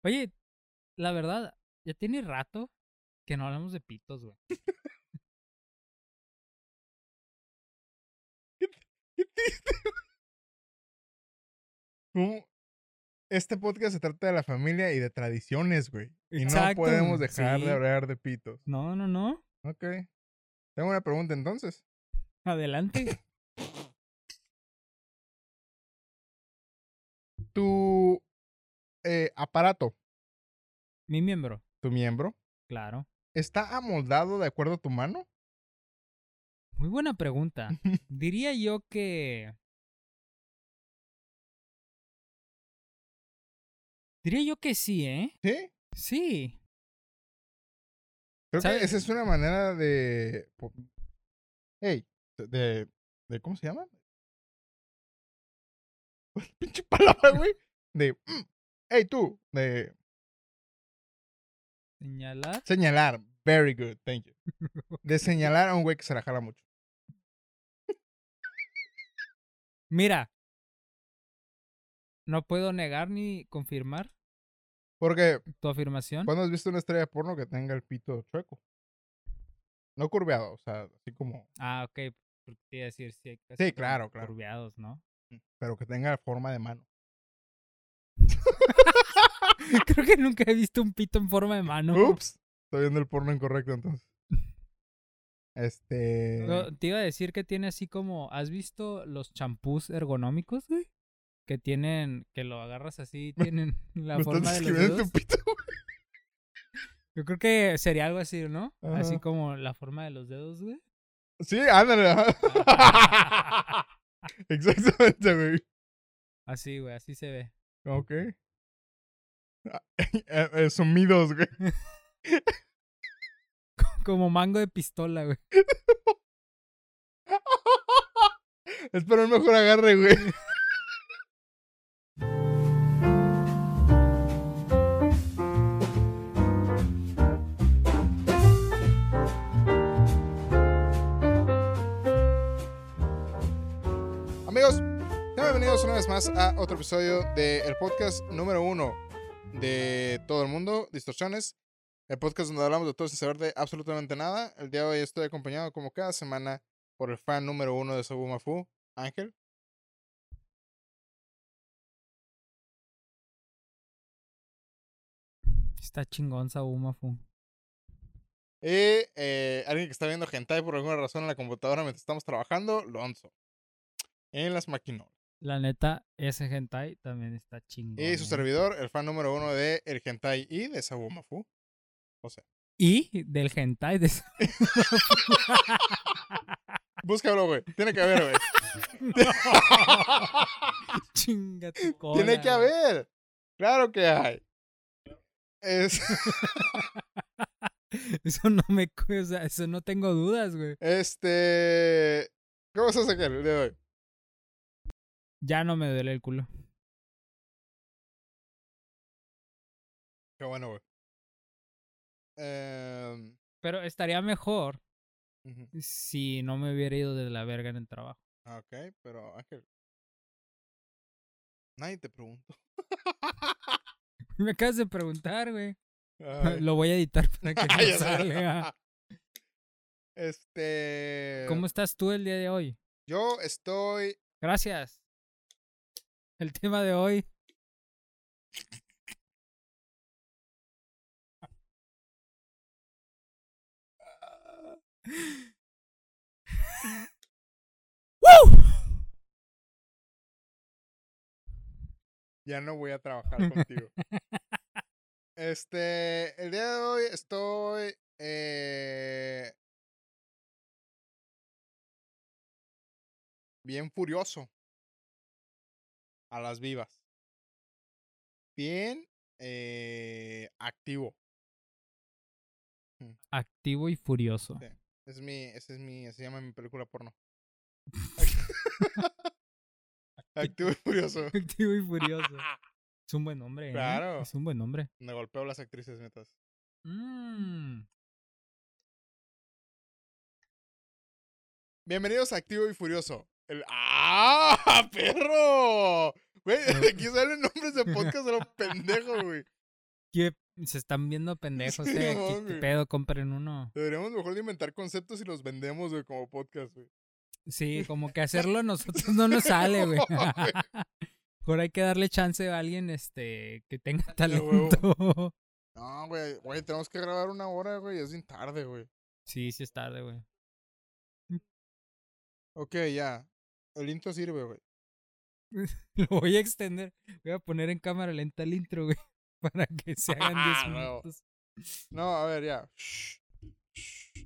Oye, la verdad, ya tiene rato que no hablamos de pitos, güey. ¿Qué triste? ¿Cómo? Este podcast se trata de la familia y de tradiciones, güey. Y no Exacto. podemos dejar de Sí. hablar de pitos. No. Ok. Tengo una pregunta entonces. Adelante. Tu aparato, Mi miembro. tu miembro, Claro. ¿está amoldado de acuerdo a tu mano? Muy buena pregunta. Diría yo que... Diría yo que sí, ¿eh? ¿Sí? Sí. Creo que ¿Sabes? esa es una manera de... Hey, ¿cómo se llama? Pinche palabra, güey. De... Hey, tú. De Señalar. señalar. Very good, thank you. De señalar a un güey que se la jala mucho. Mira, no puedo negar ni confirmar Porque, tu afirmación. ¿cuándo has visto una estrella porno que tenga el pito chueco? No curveado, o sea, así como... Ah, ok. Porque te iba a decir, sí, hay casi Sí, como claro, claro. curveados, ¿no? Pero que tenga forma de mano. Creo que nunca he visto un pito en forma de mano. Ups. Estoy viendo el porno incorrecto entonces. Te iba a decir que tiene así como... ¿Has visto los champús ergonómicos, güey? Que tienen... Que lo agarras así, tienen la ¿Me estás forma de los describiendo dedos. tu pito? Yo creo que sería algo así, ¿no? Así Ajá. como la forma de los dedos, güey. Sí, ándale. Ajá. Exactamente, güey. Así, güey, así se ve. Ok. Sumidos, güey. Como mango de pistola, güey. Espero un mejor agarre, güey. Amigos, sean bienvenidos una vez más a otro episodio del podcast número 1 de todo el mundo, Distorsiones. El podcast donde hablamos de todo sin saber de absolutamente nada. El día de hoy estoy acompañado como cada semana por el fan número 1 de Sabumafu, Ángel. Está chingón Sabumafu. Y alguien que está viendo hentai por alguna razón en la computadora mientras estamos trabajando, Lonzo. En las maquinolas. La neta, ese hentai también está chingón. Y su servidor, el fan número 1 de el hentai y de Sabumafu. O sea. Y del hentai de Búscalo, güey. Tiene que haber, güey. No. Chinga tu cola. Tiene que haber. Claro que hay. Eso no me... O sea, eso no tengo dudas, güey. ¿Qué vas a sacar el día de hoy? Ya no me duele el culo. Qué bueno, güey. Pero estaría mejor Uh-huh. si no me hubiera ido de la verga en el trabajo. Ok, pero Ángel. Nadie te preguntó. Me acabas de preguntar, güey. Ay. Lo voy a editar para que no Ya salga. ¿Cómo estás tú el día de hoy? Yo estoy... Gracias. El tema de hoy. ¡Woo! Ya no voy a trabajar contigo. El día de hoy estoy... bien furioso. A las vivas. Bien activo. Activo y furioso. Sí. Ese se llama mi película porno. Activo y furioso. Activo y furioso. Es un buen nombre, ¿eh? Claro. Es un buen nombre. Me golpeo a las actrices metas. Bienvenidos a Activo y Furioso. ¡Ah, perro! Güey, aquí salen nombres de podcast de los pendejos, güey. Que se están viendo pendejos, Sí, ¿Qué güey. pedo? Compren uno. Deberíamos mejor de inventar conceptos y los vendemos, güey, como podcast, güey. Sí, como que hacerlo a nosotros no nos sale, güey. No, güey. Por hay que darle chance a alguien, que tenga De huevo. talento. No, güey, tenemos que grabar 1 hora, güey, es bien tarde, güey. Sí, sí es tarde, güey. Ok, ya. El intro sirve, güey. Lo voy a extender. Voy a poner en cámara lenta el intro, güey. Para que se hagan 10 No. minutos. No, a ver, ya. Shh, shh.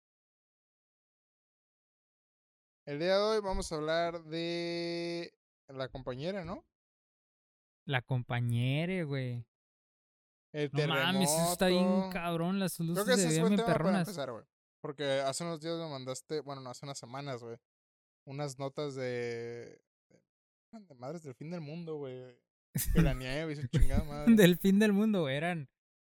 El día de hoy vamos a hablar de la compañera, ¿no? La compañera, güey. El No mames, eso está bien terremoto. cabrón. Las Creo que luces se ese es veían buen bien tema para perronas. empezar, güey. Porque hace unos días me mandaste, bueno, no, hace unas semanas, güey, unas notas de madres del fin del mundo, güey. Que la nieve y su chingada madre. Del fin del mundo, güey. Eran.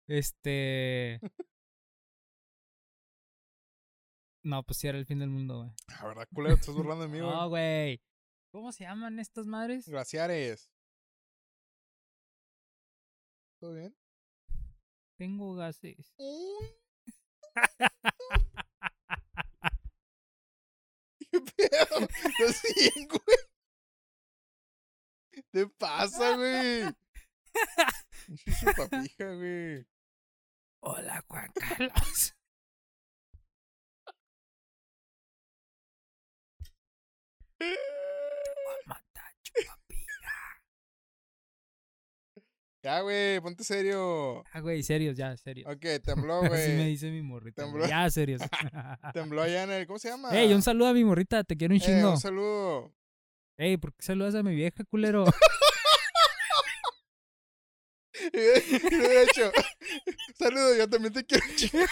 No, pues sí era el fin del mundo, güey. La verdad, culero, estás burlando de mí, güey. No, güey. ¿Cómo se llaman estas madres? Glaciares. ¿Todo bien? Tengo gases. ¿Qué pedo? ¿Estás bien, güey? ¿Te pasa, güey? Chupapija, güey. Hola, Juan Carlos. Voy a matar, chupapija. Ya, güey, ponte serio. Ah, güey, serios, ya, serios. Ok, tembló, Así me güey. dice mi morrita. Tembló. Güey. Ya, serios. Tembló allá en el. ¿Cómo se llama? Ey, un saludo a mi morrita, te quiero un Un chingo. saludo. Ey, ¿por qué saludas a mi vieja, culero? Y le hubiera dicho, saludo, yo también te quiero un chingo.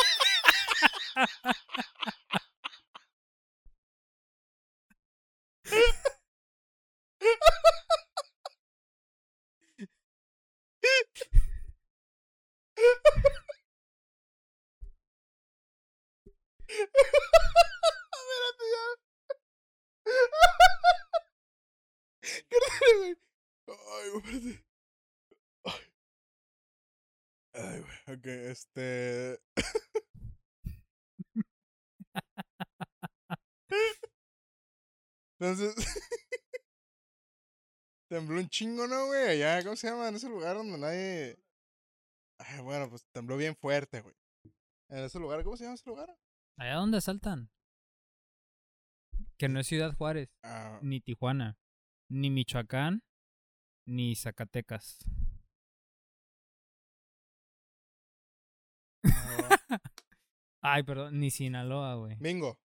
Espérate ya. Espérate, güey. Ay, güey, espérate. Ay, güey, ok, Entonces, tembló un chingo, ¿no, güey? Allá, ¿cómo se llama? En ese lugar donde nadie... Ay, bueno, pues tembló bien fuerte, güey. En ese lugar, ¿cómo se llama ese lugar? ¿Allá dónde asaltan? Que no es Ciudad Juárez, Ah, ni Tijuana, ni Michoacán, ni Zacatecas. no. Ay, perdón, ni Sinaloa, güey. Bingo.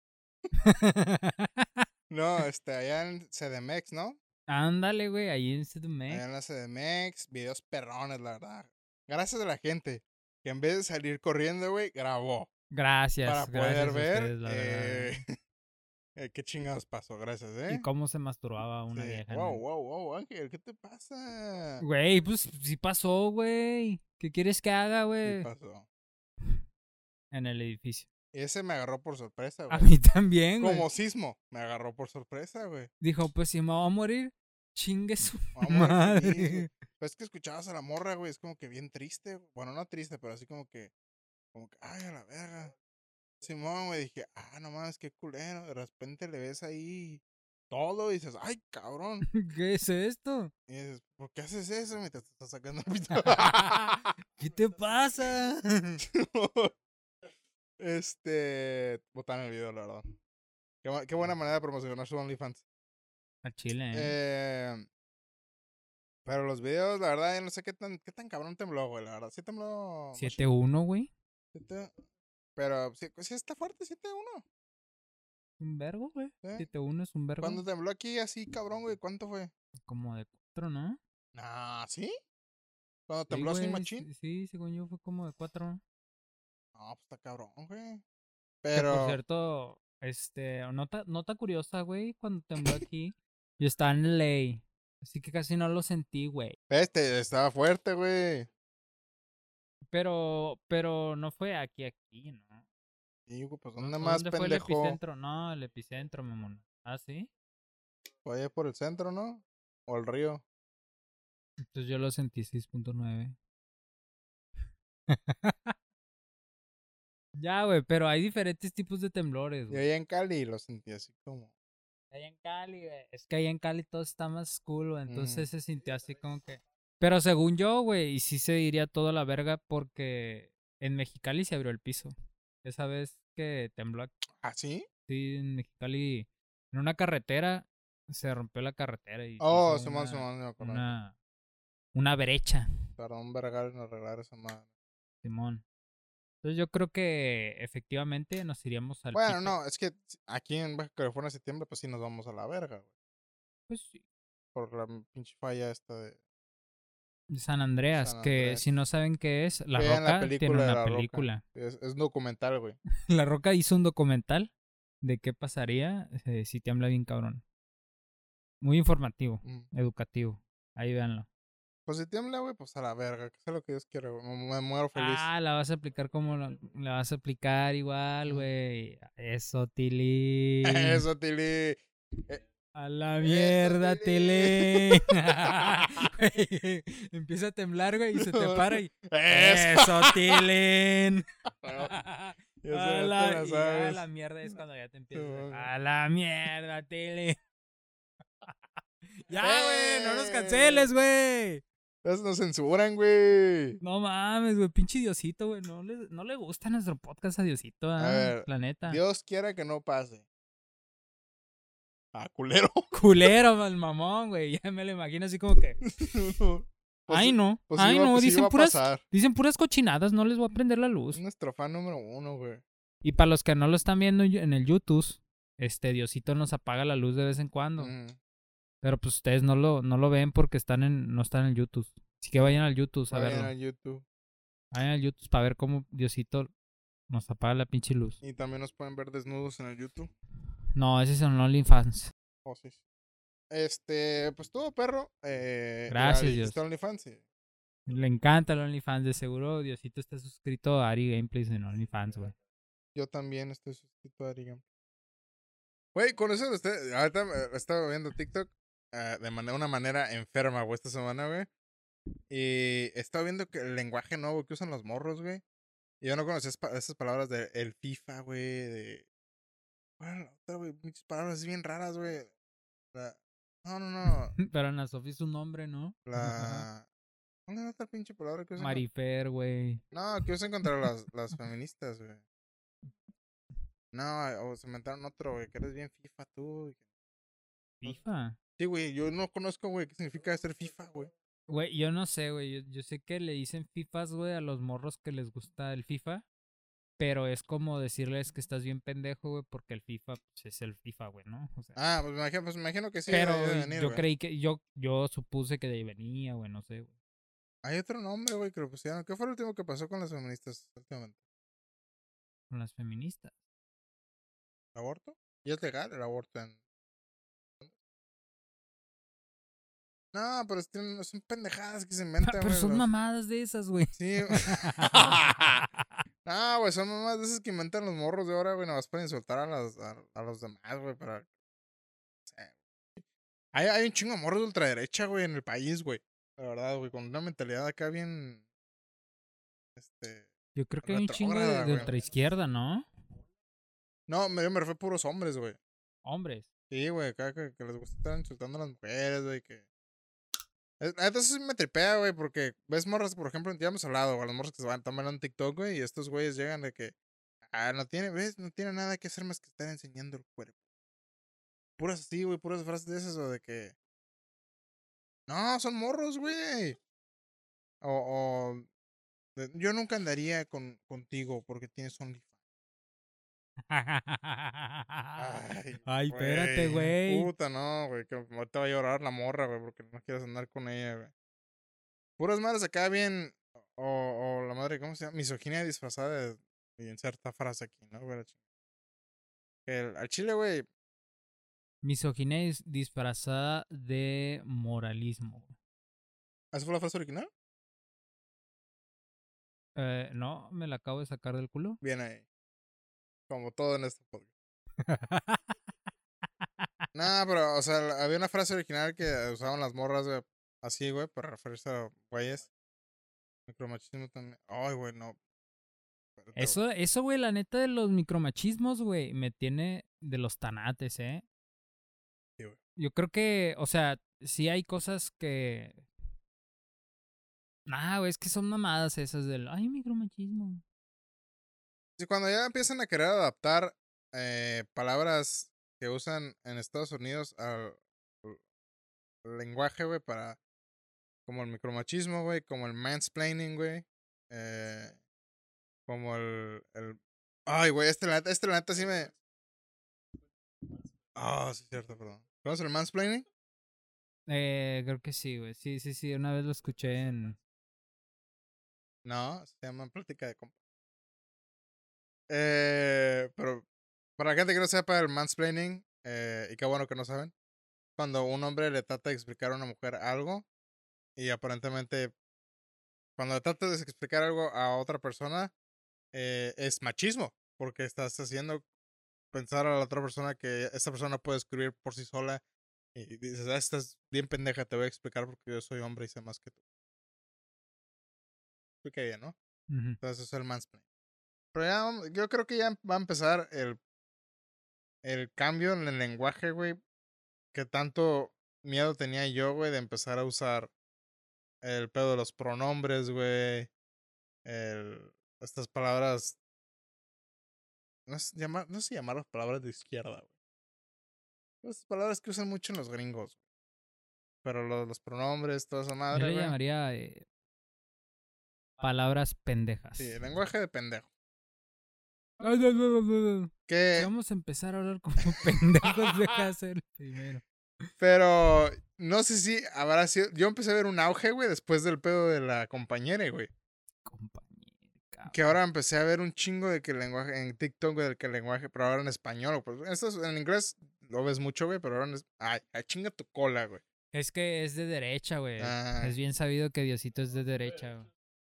No, allá en CDMX, ¿no? Ándale, güey, ahí en Allá CDMX. en la CDMX, videos perrones, la verdad. Gracias a la gente que en vez de salir corriendo, güey, grabó. Gracias, Para poder gracias a ver ustedes, la verdad. qué chingados pasó. Gracias, Y cómo se masturbaba una Sí. vieja. Wow, ¿No? wow, wow, Ángel, ¿qué te pasa? Güey, pues sí pasó, güey. ¿Qué quieres que haga, Sí güey? pasó. En el edificio. Ese me agarró por sorpresa, A güey. mí también, güey. Como sismo, me agarró por sorpresa, güey. Dijo, pues si me voy a morir, chingue su Vamos a morir feliz, güey. madre. Pues es que escuchabas a la morra, güey, es como que bien triste. Bueno, no triste, pero así como que, ay, a la verga. Simón, güey, dije, no mames, qué culero. De repente le ves ahí todo y dices, ay, cabrón. ¿Qué es esto? Y dices, ¿por qué haces eso? Mientras te estás sacando el pito. ¿Qué te pasa? Botan el video, la verdad. Qué buena manera de promocionar su OnlyFans. A Chile, ¿eh? Pero los videos, la verdad, yo no sé qué tan cabrón tembló, güey, la verdad. Sí tembló. 7-1, güey. Pero sí está fuerte, 7-1. Un vergo, güey. ¿Sí? 7-1 es un vergo. Cuando tembló aquí así, cabrón, güey, ¿cuánto fue? Como de 4, ¿no? Ah, ¿sí? Cuando Sí, tembló así, güey. machín. Sí, según yo fue como de 4. No, pues está cabrón, güey. Que por Pero, cierto, nota curiosa, güey, cuando tembló aquí, yo estaba en LA, así que casi no lo sentí, güey. estaba fuerte, güey. Pero no fue aquí, ¿no? Y, güey, pues, ¿O ¿dónde más, ¿Dónde fue el pendejo? epicentro? No, el epicentro, mamón. ¿Ah, sí? Fue allá por el centro, ¿no? O el río. Entonces yo lo sentí 6.9. Ya, güey, pero hay diferentes tipos de temblores, Y güey. allá en Cali lo sentí así como... Allá en Cali, güey. Es que allá en Cali todo está más cool, güey. mm, Entonces se sintió así como que. Pero según yo, güey, y sí se iría todo a la verga porque en Mexicali se abrió el piso. Esa vez que tembló ¿Ah, sí? aquí en Mexicali, en una carretera, se rompió la carretera y se Oh, hizo Simón, Simón, me acuerdo. una brecha, Tardó un vergal en arreglar esa madre. Simón. Entonces yo creo que efectivamente nos iríamos al Bueno, pito. no, es que aquí en Baja California septiembre, pues sí nos vamos a la verga, güey. Pues sí. Por la pinche falla esta de De San Andreas, San que si no Andrés. saben qué es, La Vean la Roca tiene película de una La Roca. película. Es un documental, güey. La Roca hizo un documental de qué pasaría si tiembla bien cabrón. Muy informativo, Mm. educativo. Ahí véanlo. Pues si tiembla, güey, pues a la verga. Que sea lo que Dios quiera, güey. Me muero feliz. Ah, la vas a aplicar como la vas a aplicar igual, Mm. güey. Eso, Tilín. Eso, Tili. A la Eso, mierda, Tilín. Tilín. Güey, empieza a temblar, güey, y se te para y... Eso. Eso, Tilín. Ya se ya te la Y ya sabes. la mierda es cuando ya te empiezas Simón. a la mierda, Tilín. Ya, güey, no nos canceles, güey. Eso nos censuran, güey. No mames, güey, pinche Diosito, güey. No le gusta nuestro podcast a Diosito, A ver, la neta. Dios quiera que no pase. Ah, culero. Culero, mal mamón, güey. Ya me lo imagino así como que. Pues, Ay, no. pues Ay, iba, no. pues iba a pasar. Dicen puras cochinadas. No les voy a prender la luz. Es nuestro fan número 1, güey. Y para los que no lo están viendo en el YouTube, Diosito nos apaga la luz de vez en cuando. Pero pues ustedes no lo ven porque no están en el YouTube. Así que vayan al YouTube a Vayan verlo. a YouTube. Vayan al YouTube para ver cómo Diosito nos apaga la pinche luz. Y también nos pueden ver desnudos en el YouTube. No, ese es en OnlyFans. Oh, sí. Pues todo perro. Gracias, Dios. ¿Está OnlyFans? Sí. Le encanta el OnlyFans. De seguro Diosito está suscrito a Ari Gameplays en OnlyFans, güey. Yo también estoy suscrito a Arigam. Güey, con eso ahorita estaba viendo TikTok de una manera enferma, güey, esta semana, güey. Y estaba viendo que el lenguaje nuevo que usan los morros, güey. Y yo no conocía esas palabras de el FIFA, güey, de... Bueno, otra, güey, muchas palabras bien raras, güey. No. Pero Ana Sofía es un nombre, ¿no? ¿Dónde está otra pinche palabra que usan? Marifer, güey. No, que usan contra las feministas, güey. No, o se inventaron otro, güey, que eres bien FIFA tú. ¿FIFA? Sí, güey, yo no conozco, güey, qué significa ser FIFA, güey. Güey, yo no sé, güey. Yo sé que le dicen FIFAs, güey, a los morros que les gusta el FIFA. Pero es como decirles que estás bien pendejo, güey, porque el FIFA pues, es el FIFA, güey, ¿no? O sea, Pues me imagino que sí. pero Debe venir, yo güey. creí que, yo supuse que de ahí venía, güey, no sé, güey. Hay otro nombre, güey, que lo pusieron. ¿Qué fue lo último que pasó con las feministas últimamente? Con las feministas. ¿El aborto? ¿Y es legal el aborto en...? No, pero son pendejadas que se inventan, Pero güey. son mamadas de esas, güey. Sí. No, güey, son mamadas de esas que inventan los morros de ahora, güey, nada más para insultar a los demás, güey, para... Hay un chingo de morros de ultraderecha, güey, en el país, güey. La verdad, güey, con una mentalidad acá bien... Yo creo que hay un chingo retrógrada, de güey. ultraizquierda, ¿no? No, me refiero a puros hombres, güey. Hombres. Sí, güey, acá que les gusta estar insultando a las mujeres, güey, que... Entonces me tripea, güey, porque ves morras, por ejemplo, ya hemos hablado, güey, las morras que están bailando en TikTok, güey, y estos güeyes llegan de que, no tiene nada que hacer más que estar enseñando el cuerpo. Puras así, güey, puras frases de esas, o de que, no, son morros, güey. O yo nunca andaría contigo porque tienes OnlyFans. Ay, espérate, güey. Puta, no, güey, que ahorita va a llorar la morra, güey, porque no quieres andar con ella, güey. Puras madres acá bien. O la madre, ¿cómo se llama? Misoginia disfrazada de cierta frase aquí, ¿no, güey? Al chile, güey. Misoginia disfrazada de moralismo. ¿Esa fue la frase original? No, me la acabo de sacar del culo. Bien ahí. Como todo en este podcast. Nah, pero, o sea, había una frase original que usaban las morras, güey, así, güey, para referirse a güeyes. Micromachismo también. Ay, güey, no. Espérate, güey. Eso, güey, la neta de los micromachismos, güey, me tiene de los tanates, ¿eh? Sí, güey. Yo creo que, o sea, sí hay cosas que... Nah, güey, es que son mamadas esas del... Ay, micromachismo. Sí, cuando ya empiezan a querer adaptar palabras que usan en Estados Unidos al lenguaje, güey, para. Como el micromachismo, güey, como el mansplaining, güey. eh, como el. Ay, güey, la neta sí me. Ah, sí, es cierto, perdón. ¿Conoces el mansplaining? Creo que sí, güey. Sí, sí, sí. Una vez lo escuché en... No, se llama plática de compa. Pero para la gente que no sepa el mansplaining, y qué bueno que no saben, cuando un hombre le trata de explicar a una mujer algo y aparentemente cuando le trata de explicar algo a otra persona es machismo, porque estás haciendo pensar a la otra persona que esta persona puede escribir por sí sola y dices, ah, estás bien pendeja, te voy a explicar porque yo soy hombre y sé más que tú. Explica bien, ¿no? Ujú. Entonces eso es el mansplaining. Pero ya, yo creo que ya va a empezar el cambio en el lenguaje, güey, que tanto miedo tenía yo, güey, de empezar a usar el pedo de los pronombres, güey, estas palabras, no sé llamar las palabras de izquierda, güey. Estas palabras que usan mucho en los gringos, güey. Pero los pronombres, toda esa Yo madre, le güey. llamaría palabras Sí, pendejas. el lenguaje de pendejo. Si Que, vamos a empezar a hablar como pendejos, deja de ser el primero. pero, no sé si habrá sido. Yo empecé a ver un auge, güey, después del pedo de la compañera, güey. Compañero, Que cabrón. ahora empecé a ver un chingo de que el lenguaje, en TikTok, güey, del que el lenguaje, pero ahora en español, pues, en inglés lo ves mucho, güey, pero ahora ay, chinga tu cola, güey. Es que es de derecha, güey. Ah, Es bien sabido que Diosito es de derecha, güey.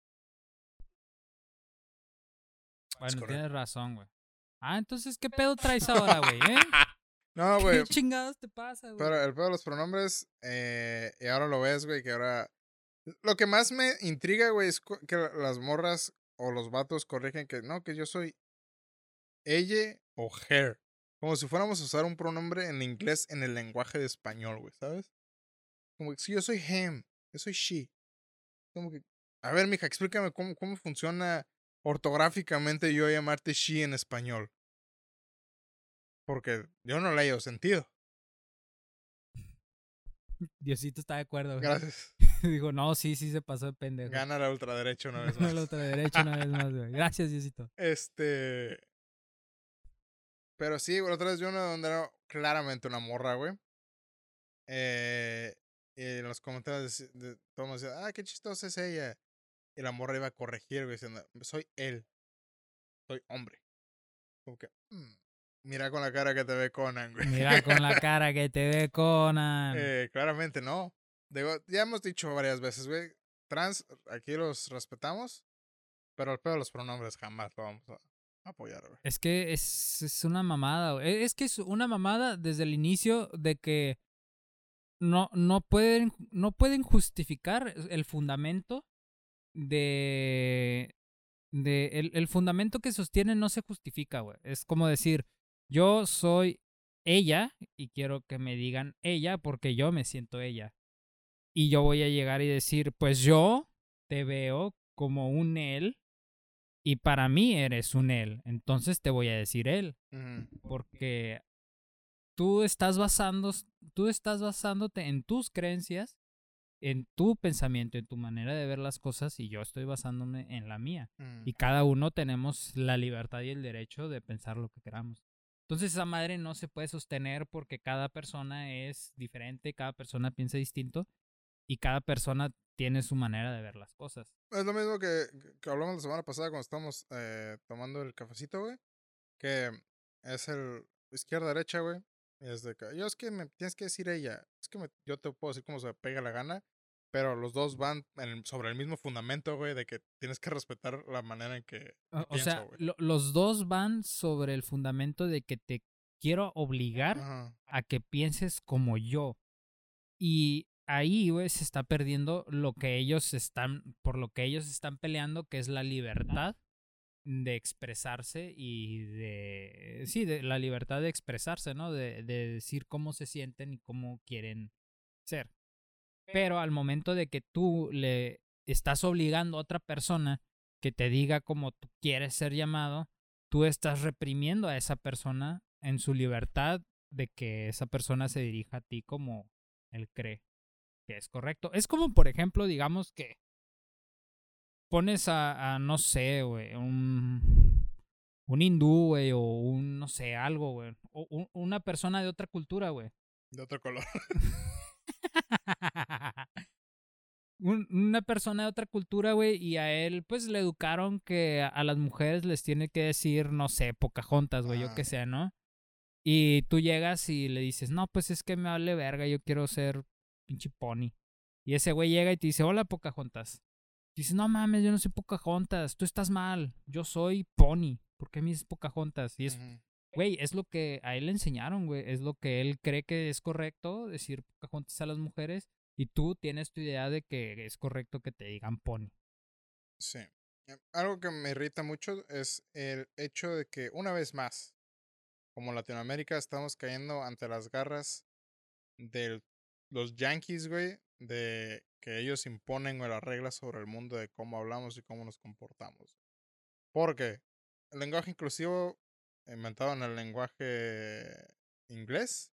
es Bueno, correcto. tienes razón, güey. Ah, entonces, ¿qué pedo traes ahora, güey, eh? No, güey, ¿Qué chingados te pasa, güey? pero el pedo de los pronombres, y ahora lo ves, güey, que ahora. Lo que más me intriga, güey, es que las morras o los vatos corrigen que no, que yo soy ella o her. Como si fuéramos a usar un pronombre en inglés en el lenguaje de español, güey, ¿sabes? Como que si yo soy him, yo soy she. Como que, a ver, mija, explícame cómo funciona ortográficamente yo llamarte she en español. Porque yo no le hallo sentido. Diosito está de acuerdo, güey. Gracias. Dijo, no, sí, sí se pasó de pendejo. Gana la ultraderecha una vez Ganó la más. otra derecha una vez más, güey. Gracias, Diosito. Este. Pero sí, güey, la otra vez yo una donde era claramente una morra, güey. Y en los comentarios todo el mundo decía, ah, qué chistosa es ella. Y la morra iba a corregir, güey, diciendo, soy él, soy hombre. Como que, mira con la cara que te ve Conan, güey. Mira con la cara que te ve Conan. Claramente no. Digo, ya hemos dicho varias veces, güey. Trans, aquí los respetamos, pero el pedo de los pronombres jamás lo vamos a apoyar, güey. Es que es una mamada, güey. Es que es una mamada desde el inicio de que no pueden justificar el fundamento de el fundamento que sostienen no se justifica, güey. Es como decir, yo soy ella y quiero que me digan ella porque yo me siento ella. Y yo voy a llegar y decir, pues yo te veo como un él y para mí eres un él. Entonces te voy a decir él. Ujú. Porque tú estás basándote en tus creencias, en tu pensamiento, en tu manera de ver las cosas y yo estoy basándome en la mía. Mm, Y cada uno tenemos la libertad y el derecho de pensar lo que queramos. Entonces esa madre no se puede sostener porque cada persona es diferente, cada persona piensa distinto y cada persona tiene su manera de ver las cosas. Es lo mismo que hablamos la semana pasada cuando estábamos tomando el cafecito, güey. Que es el izquierda-derecha, güey. Y es de que, yo es que me tienes que decir ella. Es que yo te puedo decir cómo se me pega la gana. Pero los dos van sobre el mismo fundamento, güey, de que tienes que respetar la manera en que yo O pienso, sea, güey. los dos van sobre el fundamento de que te quiero obligar Ajá. a que pienses como yo. Y ahí, güey, se está perdiendo lo que ellos están, por lo que ellos están peleando, que es la libertad de expresarse y sí, de la libertad de expresarse, ¿no? De decir cómo se sienten y cómo quieren ser. Pero al momento de que tú le estás obligando a otra persona que te diga cómo tú quieres ser llamado, tú estás reprimiendo a esa persona en su libertad de que esa persona se dirija a ti como él cree que es correcto. Es como, por ejemplo, digamos que pones no sé, güey, un hindú, güey, o un, no sé, algo, güey, o una persona de otra cultura, güey. De otro color. Una persona de otra cultura, güey, y a él, pues, le educaron que a las mujeres les tiene que decir, no sé, Pocahontas, güey, yo Ah, qué sé, ¿no? Y tú llegas y le dices, no, pues es que me vale verga, yo quiero ser pinche pony. Y ese güey llega y te dice, hola, Pocahontas. Dices, no mames, yo no soy Pocahontas, tú estás mal, yo soy pony. ¿Por qué me dices Pocahontas? Y es, ujú. güey, es lo que a él le enseñaron, güey, es lo que él cree que es correcto, decir Pocahontas a las mujeres. Y tú tienes tu idea de que es correcto que te digan pony. Sí. Algo que me irrita mucho es el hecho de que, una vez más, como Latinoamérica, estamos cayendo ante las garras de los yankees, güey, de que ellos imponen, güey, las reglas sobre el mundo de cómo hablamos y cómo nos comportamos. Porque el lenguaje inclusivo, inventado en el lenguaje inglés,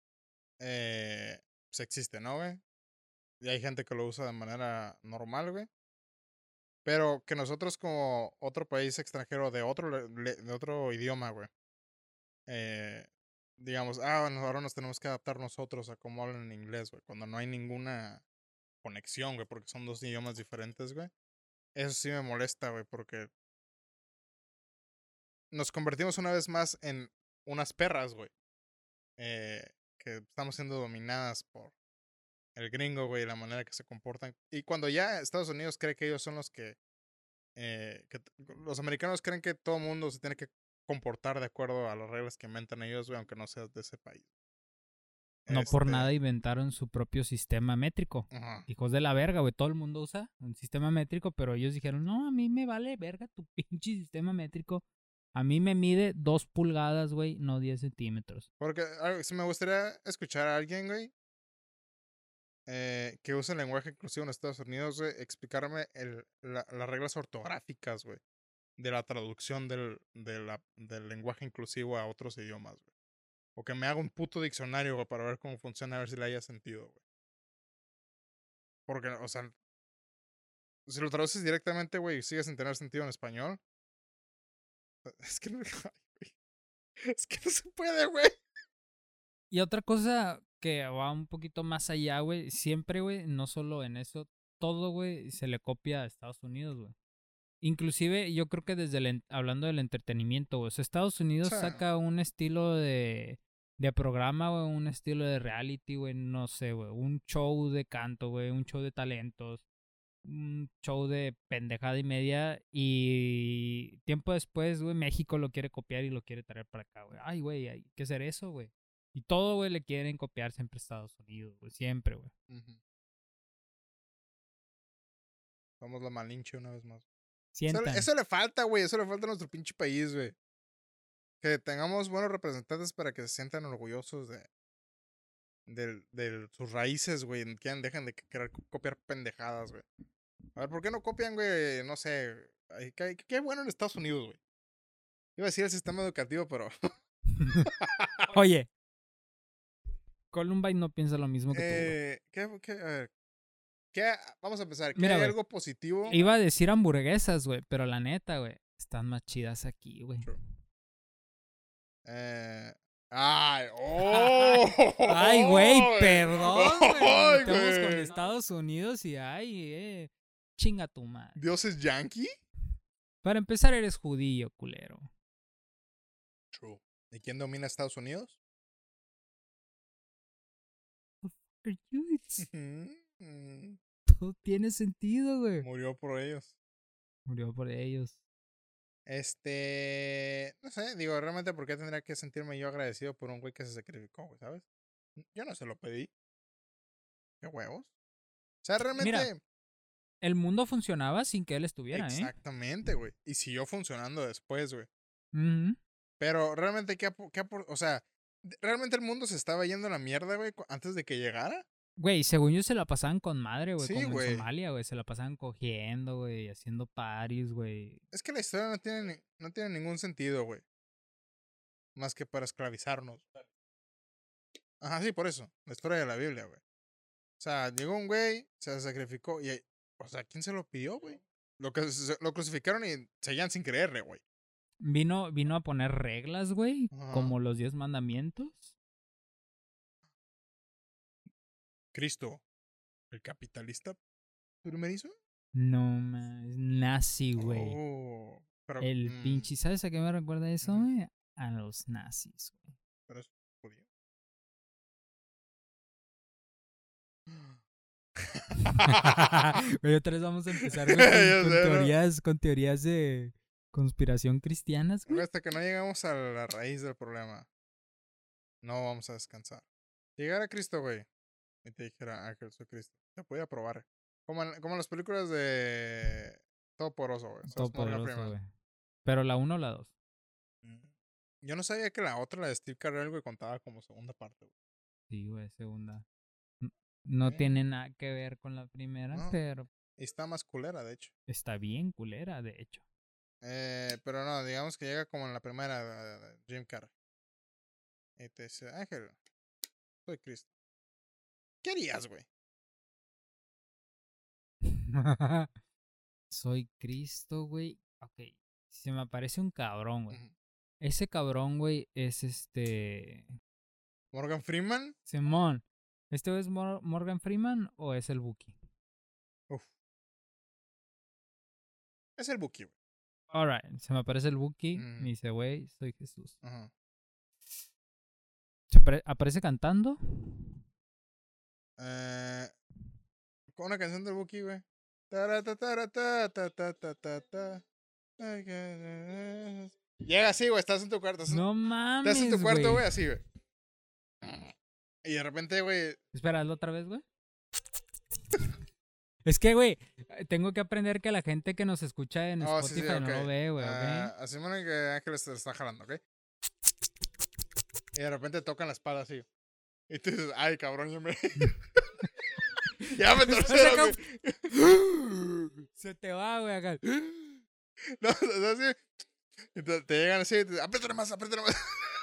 pues existe, ¿no, güey? Y hay gente que lo usa de manera normal, güey. Pero que nosotros como otro país extranjero de otro idioma, güey, eh, digamos, bueno, ahora nos tenemos que adaptar nosotros a cómo hablan en inglés, güey, cuando no hay ninguna conexión, güey, porque son dos idiomas diferentes, güey. Eso sí me molesta, güey, porque nos convertimos una vez más en unas perras, güey, eh, que estamos siendo dominadas por el gringo, güey, la manera que se comportan. Y cuando ya Estados Unidos cree que ellos son los que los americanos creen que todo mundo se tiene que comportar de acuerdo a las reglas que inventan ellos, güey, aunque no seas de ese país. No por Este, nada inventaron su propio sistema métrico. ajá, Hijos de la verga, güey. Todo el mundo usa un sistema métrico, pero ellos dijeron, no, a mí me vale verga tu pinche sistema métrico. A mí me mide 2 pulgadas, güey, no 10 centímetros. porque si me gustaría escuchar a alguien, güey, que use el lenguaje inclusivo en Estados Unidos, güey, explicarme las reglas ortográficas, güey, de la traducción del lenguaje inclusivo a otros idiomas, güey. O que me haga un puto diccionario, güey, para ver cómo funciona, a ver si le haya sentido, güey. Porque, o sea, si lo traduces directamente, güey, y sigue sin tener sentido en español, es que no, es que no se puede, güey. Y otra cosa que va un poquito más allá, güey, siempre, güey, no solo en eso, todo, güey, se le copia a Estados Unidos, güey. Inclusive yo creo que hablando del entretenimiento, güey, o sea, Estados O Unidos sea, saca un estilo de programa, güey, un estilo de reality, güey, no sé, güey, un show de canto, güey, un show de talentos, un show de pendejada y media y tiempo después, güey, México lo quiere copiar y lo quiere traer para acá, güey. Ay, güey, hay que hacer eso, güey. Y todo, güey, le quieren copiar siempre a Estados Unidos, güey, siempre, güey. ujú. Somos la malinche una vez más. Sientan. Eso le falta, güey. Eso le falta a nuestro pinche país, güey. Que tengamos buenos representantes para que se sientan orgullosos de sus raíces, güey. Dejen de querer copiar pendejadas, güey. A ver, ¿por qué no copian, güey? No sé. Qué bueno en Estados Unidos, güey. Iba a decir el sistema educativo, pero. Oye, Columbine no piensa lo mismo que tú, güey. A ver, vamos a empezar. ¿Qué Mira, hay güey, algo positivo? iba a decir hamburguesas, güey, pero la neta, güey, están más chidas aquí, güey. True. Ay, oh, Ay, güey, güey. perdón, güey. Nos Ay, metemos con güey. Estados Unidos y ay, chinga tu madre. ¿Dios es yankee? Para empezar, eres judío, culero. True. ¿Y quién domina Estados Unidos? Mm, Todo tiene sentido, güey. Murió por ellos. Murió por ellos. No sé, digo, realmente, ¿por qué tendría que sentirme yo agradecido por un güey que se sacrificó, güey, sabes? Yo no se lo pedí. ¿Qué huevos? O sea, Mira, realmente... el mundo funcionaba sin que él estuviera, Exactamente, güey. Y siguió funcionando después, güey. Ujú. Pero realmente, o sea, ¿realmente el mundo se estaba yendo a la mierda, güey, antes de que llegara? Güey, según yo se la pasaban con madre, güey, Sí, como en güey. Somalia, güey, se la pasaban cogiendo, güey, haciendo paris, güey. Es que la historia no tiene ningún sentido, güey. Más que para esclavizarnos. Ajá, sí, por eso. La historia de la Biblia, güey. O sea, llegó un güey, se sacrificó y... O sea, ¿quién se lo pidió, güey? Lo crucificaron y seguían sin creerle, güey. Vino a poner reglas, güey, Ajá. como los 10 mandamientos. Cristo, el capitalista primerizo. No más, nazi, güey. Oh, pero... El pinche, ¿sabes a qué me recuerda eso, ujú, güey? A los nazis, güey. pero es judío. Güey, otra vez vamos a empezar, güey, Ya sé, ¿no? con teorías de conspiración cristianas, güey. Hasta que no llegamos a la raíz del problema, no vamos a descansar. Si llegara Cristo, güey, y te dijera, Ángel, soy Cristo, te podía probar. Como en las películas de Todopoderoso, güey. ¿Sabes? Morgan Todopoderoso, Freeman. güey. Pero la 1 o la 2. Mm. Yo no sabía que la otra, la de Steve Carell, güey, contaba como segunda parte, güey. Sí, güey, segunda. No ¿Eh? tiene nada que ver con la primera, No, pero y está más culera, de hecho. está bien culera, de hecho. Pero no, digamos que llega como en la primera de Jim Carrey. Y te dice, Ángel, soy Cristo. ¿Qué harías, güey? Soy Cristo, güey. Ok. Se me aparece un cabrón, güey. Ujú. Ese cabrón, güey, es Morgan Freeman. Simón. ¿Este es Morgan Freeman o es el Buki? Uf. Es el Buki, güey. Alright. Se me aparece el Buki. Mm, Me dice, güey, soy Jesús. ajá. ¿Aparece cantando? Eh, con una canción del Buki, güey. Taratataratatatatata. Llega así, güey. Estás en tu cuarto. No Estás en tu mames, cuarto, güey. güey, así, güey. Y de repente, güey. Espera, hazlo otra vez, güey. Es que, güey, tengo que aprender que la gente que nos escucha en Oh, sí, sí, Spotify ok. no lo ve, güey, ¿ok? Así que Ángeles te está jalando, ¿ok? Y de repente tocan la espada así. Y tú dices, ay, cabrón, ya me. Ya me torcieron, güey. Se te va, güey, acá. No, así. Y te llegan así, y te dicen, apriétale más, apriétale más.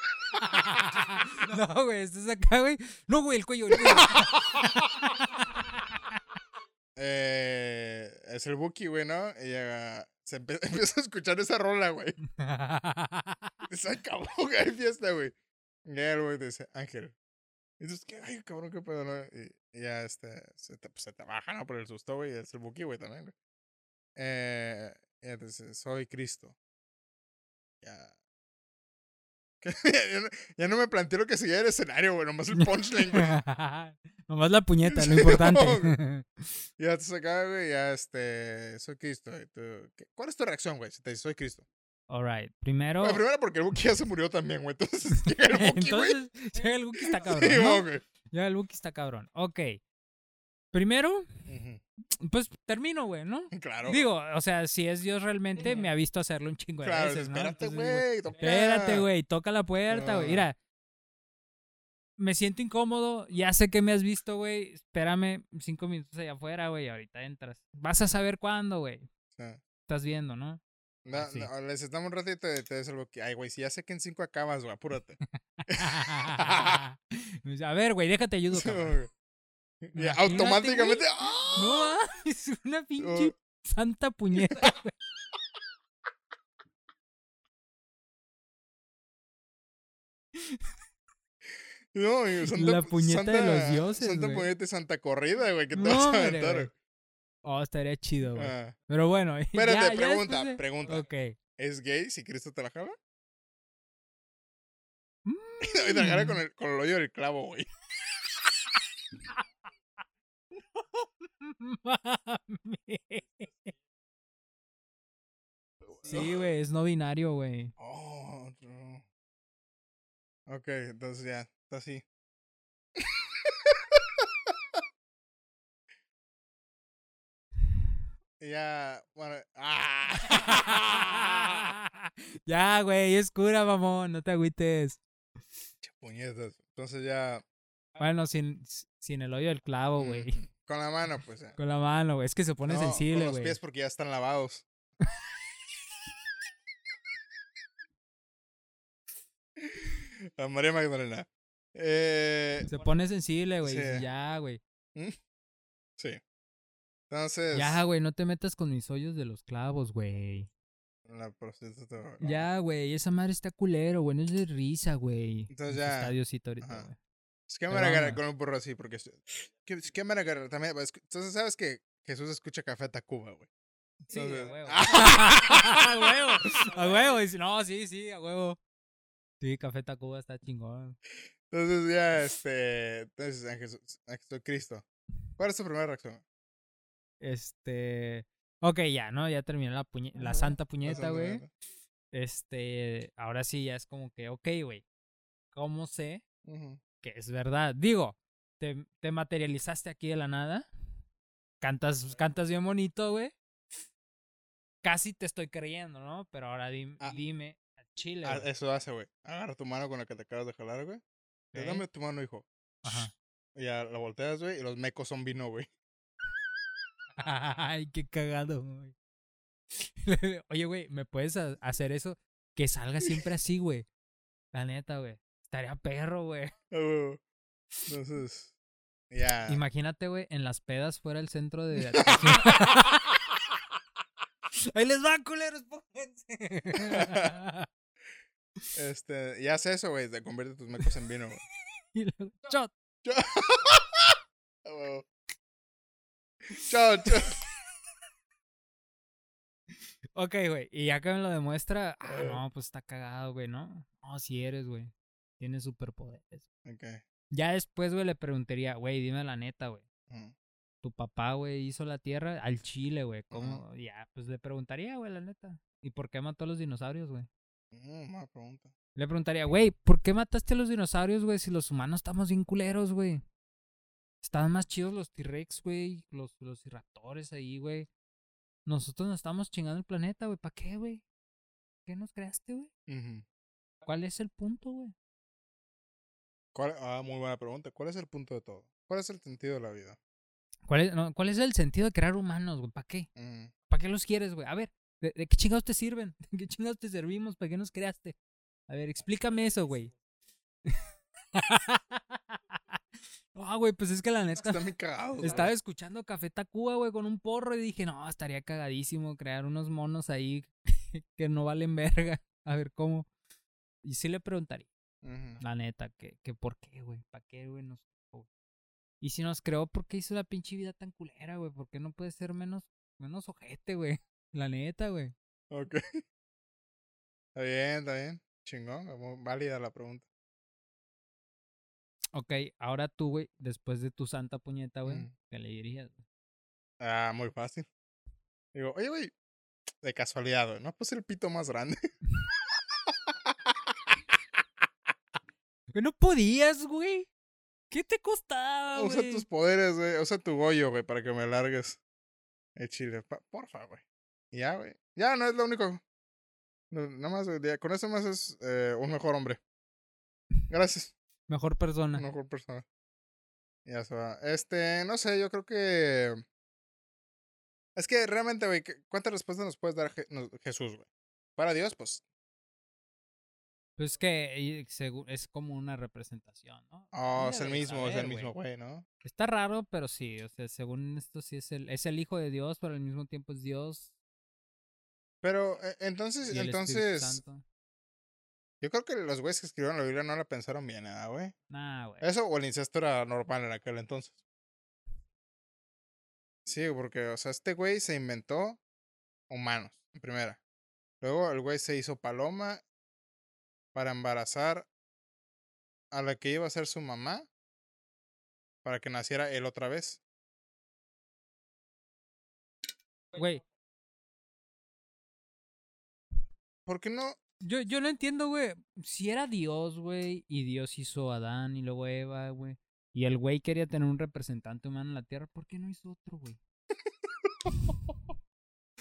No, güey, estás acá, güey. No, güey, el cuello, Es el Buki, güey, ¿no? Y empieza a escuchar esa rola, güey. Dice, ay, cabrón, que hay fiesta, güey. Y ya el güey te dice, Ángel. Y dices, ¿qué? Ay, cabrón, qué pedo, ¿no? Y ya, se te baja, ¿no? Por el susto, güey. Es el Buki, güey, también, güey. Y entonces, soy Cristo. Ya. Ya no me planteo lo que seguía el escenario, güey. Nomás el punchline, güey. Nomás la puñeta, lo Sí, importante. no, güey. Ya te sacaba, güey. Ya, soy Cristo. Y tú, ¿cuál es tu reacción, güey? Si te dice, soy Cristo. Alright, primero. Bueno, primero porque el Buki ya se murió también, güey. Entonces, llega el Buki, güey. Entonces, llega el Buki está cabrón, Sí, ¿no? güey. Llega el Buki está cabrón. Ok. Primero, Ujú. pues termino, güey, ¿no? Claro. Digo, o sea, si es Dios realmente, me ha visto hacerlo un chingo de Claro, veces, ¿no? espérate, Entonces, güey. Toca. espérate, güey, toca la puerta, güey. Ah. Mira, me siento incómodo, ya sé que me has visto, güey. Espérame 5 minutos allá afuera, güey, ahorita entras. Vas a saber cuándo, güey. Sí. Estás viendo, ¿no? No, Así. no, les estamos un ratito y te dice el Buki. Ay, güey, si ya sé que en 5 acabas, güey, apúrate. A ver, güey, déjate ayudo, Sí, cabrón. güey. Y Imagínate, automáticamente. güey. ¡Ah! No, es una pinche Oh, santa puñeta, güey. No, y La puñeta de los dioses, Santa güey. puñeta y Santa corrida, güey, que te No, vas a hombre, aventar, güey. güey. Oh, estaría chido, güey. Ah. Pero bueno, Espérate, ya pregunta, después de... pregunta. Ok. ¿Es gay si Cristo te la jala? Mm. Y te la jala con el hoyo del clavo, güey. Mame. Sí, güey, es no binario, güey. Oh, no. Ok, entonces ya, está así. Y ya, bueno. Ya, güey, es cura, mamón, no te agüites. Puñetas. Entonces ya. Bueno, sin el hoyo del clavo, güey. Con la mano, pues. Con la mano, güey. Es que se pone No, con sensible, los güey. pies porque ya están lavados. A María Magdalena. Se pone sensible, güey. Sí. Ya, güey. Sí. Entonces. Ya, güey, no te metas con mis hoyos de los clavos, güey. La prostituta. No. Ya, güey, esa madre está culero, güey. No es de risa, güey. Entonces ya. Está Diosito ahorita, güey. Es que me van a agarrar con un burro así, porque. Es que me van a agarrar también. Entonces, ¿sabes que Jesús escucha Café Tacuba, güey? Sí, Entonces, a huevo. A huevo. A huevo. No, sí, a huevo. Sí, Café Tacuba está chingón. Entonces ya, entonces a Jesucristo. ¿Cuál es tu primera reacción? Ok, ya, ¿no? Ya terminó la santa puñeta, güey. Puñeta. Ahora sí ya es como que, ok, güey. ¿Cómo sé que es verdad? Digo, te materializaste aquí de la nada. Cantas bien bonito, güey. Casi te estoy creyendo, ¿no? Pero ahora dime al chile, güey. Eso hace, güey. Agarra tu mano con la que te acabas de jalar, güey. ¿Okay? Dame tu mano, hijo. Ajá. Y ya la volteas, güey, y los mecos son vino, güey. Ay, qué cagado, güey. Oye, güey, ¿me puedes hacer eso? Que salga siempre así, güey. La neta, güey. Estaría perro, güey. Entonces, ya. Imagínate, güey, en las pedas fuera el centro de atención. Ahí les va, culeros, pónganse. Ya hace eso, güey, te convierte tus mecos en vino, güey. Y luego, shot. Shot. Ok, güey. Y ya que me lo demuestra, no, pues está cagado, güey, ¿no? No, si eres, güey. Tienes superpoderes. Ok. Ya después, güey, le preguntaría, güey, dime la neta, güey. Tu papá, güey, hizo la tierra al chile, güey. ¿Cómo? Ya, pues le preguntaría, güey, la neta. ¿Y por qué mató a los dinosaurios, güey? Mala pregunta. Le preguntaría, güey, ¿por qué mataste a los dinosaurios, güey? Si los humanos estamos bien culeros, güey. Estaban más chidos los T-Rex, güey. Los raptores ahí, güey. Nosotros nos estamos chingando el planeta, güey. ¿Para qué, güey? ¿Qué nos creaste, güey? ¿Cuál es el punto, güey? Muy buena pregunta. ¿Cuál es el punto de todo? ¿Cuál es el sentido de la vida? ¿Cuál es el sentido de crear humanos, güey? ¿Para qué? ¿Para qué los quieres, güey? A ver, ¿de qué chingados te sirven? ¿De qué chingados te servimos? ¿Para qué nos creaste? A ver, explícame eso, güey. No, güey, pues es que la neta. Está muy cagado. Estaba escuchando Café Tacuba, güey, con un porro y dije, no, estaría cagadísimo crear unos monos ahí que no valen verga. A ver cómo. Y sí le preguntaría, la neta, que por qué, güey. ¿Para qué, güey? Y si nos creó, ¿por qué hizo la pinche vida tan culera, güey? ¿Por qué no puede ser menos ojete, güey? La neta, güey. Ok. Está bien. Chingón. Muy válida la pregunta. Ok, ahora tú, güey, después de tu santa puñeta, güey, ¿qué le dirías, güey? Muy fácil. Digo, oye, güey, de casualidad, güey, ¿no? Pues el pito más grande. Que no podías, güey. ¿Qué te costaba, güey? Usa tus poderes, güey. Usa tu goyo, güey, para que me largues el chile. Porfa, güey. Y ya, güey. Ya, no es lo único. Nada más, güey. Con eso más es un mejor hombre. Gracias. Mejor persona. Mejor persona. Ya se va. No sé, yo creo que... Es que realmente, güey, ¿cuántas respuestas nos puedes dar Jesús, güey? Para Dios, pues. Pues que es como una representación, ¿no? Es el mismo, güey, ¿no? Está raro, pero sí, o sea, según esto sí es el hijo de Dios, pero al mismo tiempo es Dios. Pero, entonces, y el Espíritu Santo. Yo creo que los güeyes que escribieron la Biblia no la pensaron bien, ¿eh, güey? Nah, güey. Eso o el incesto era normal en aquel entonces. Sí, porque, o sea, este güey se inventó humanos, en primera. Luego el güey se hizo paloma para embarazar a la que iba a ser su mamá para que naciera él otra vez. Güey. ¿Por qué no? Yo no entiendo, güey. Si era Dios, güey, y Dios hizo a Adán y luego Eva, güey. Y el güey quería tener un representante humano en la tierra, ¿por qué no hizo otro, güey?